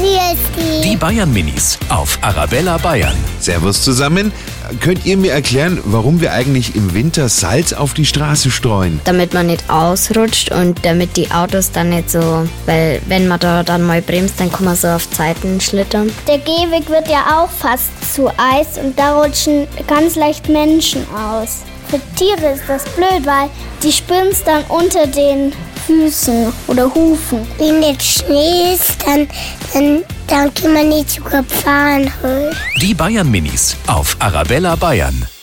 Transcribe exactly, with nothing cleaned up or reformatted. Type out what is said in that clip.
Grüß Die Bayern Minis auf Arabella Bayern. Servus zusammen. Könnt ihr mir erklären, warum wir eigentlich im Winter Salz auf die Straße streuen? Damit man nicht ausrutscht und damit die Autos dann nicht so, weil wenn man da dann mal bremst, dann kann man so auf Zeiten schlittern. Der Gehweg wird ja auch fast zu Eis und da rutschen ganz leicht Menschen aus. Für Tiere ist das blöd, weil die spüren es dann unter den Füßen oder Hufen. Wenn jetzt Schnee ist, dann, dann, dann kann man nicht sogar fahren. Die Bayern Minis auf Arabella Bayern.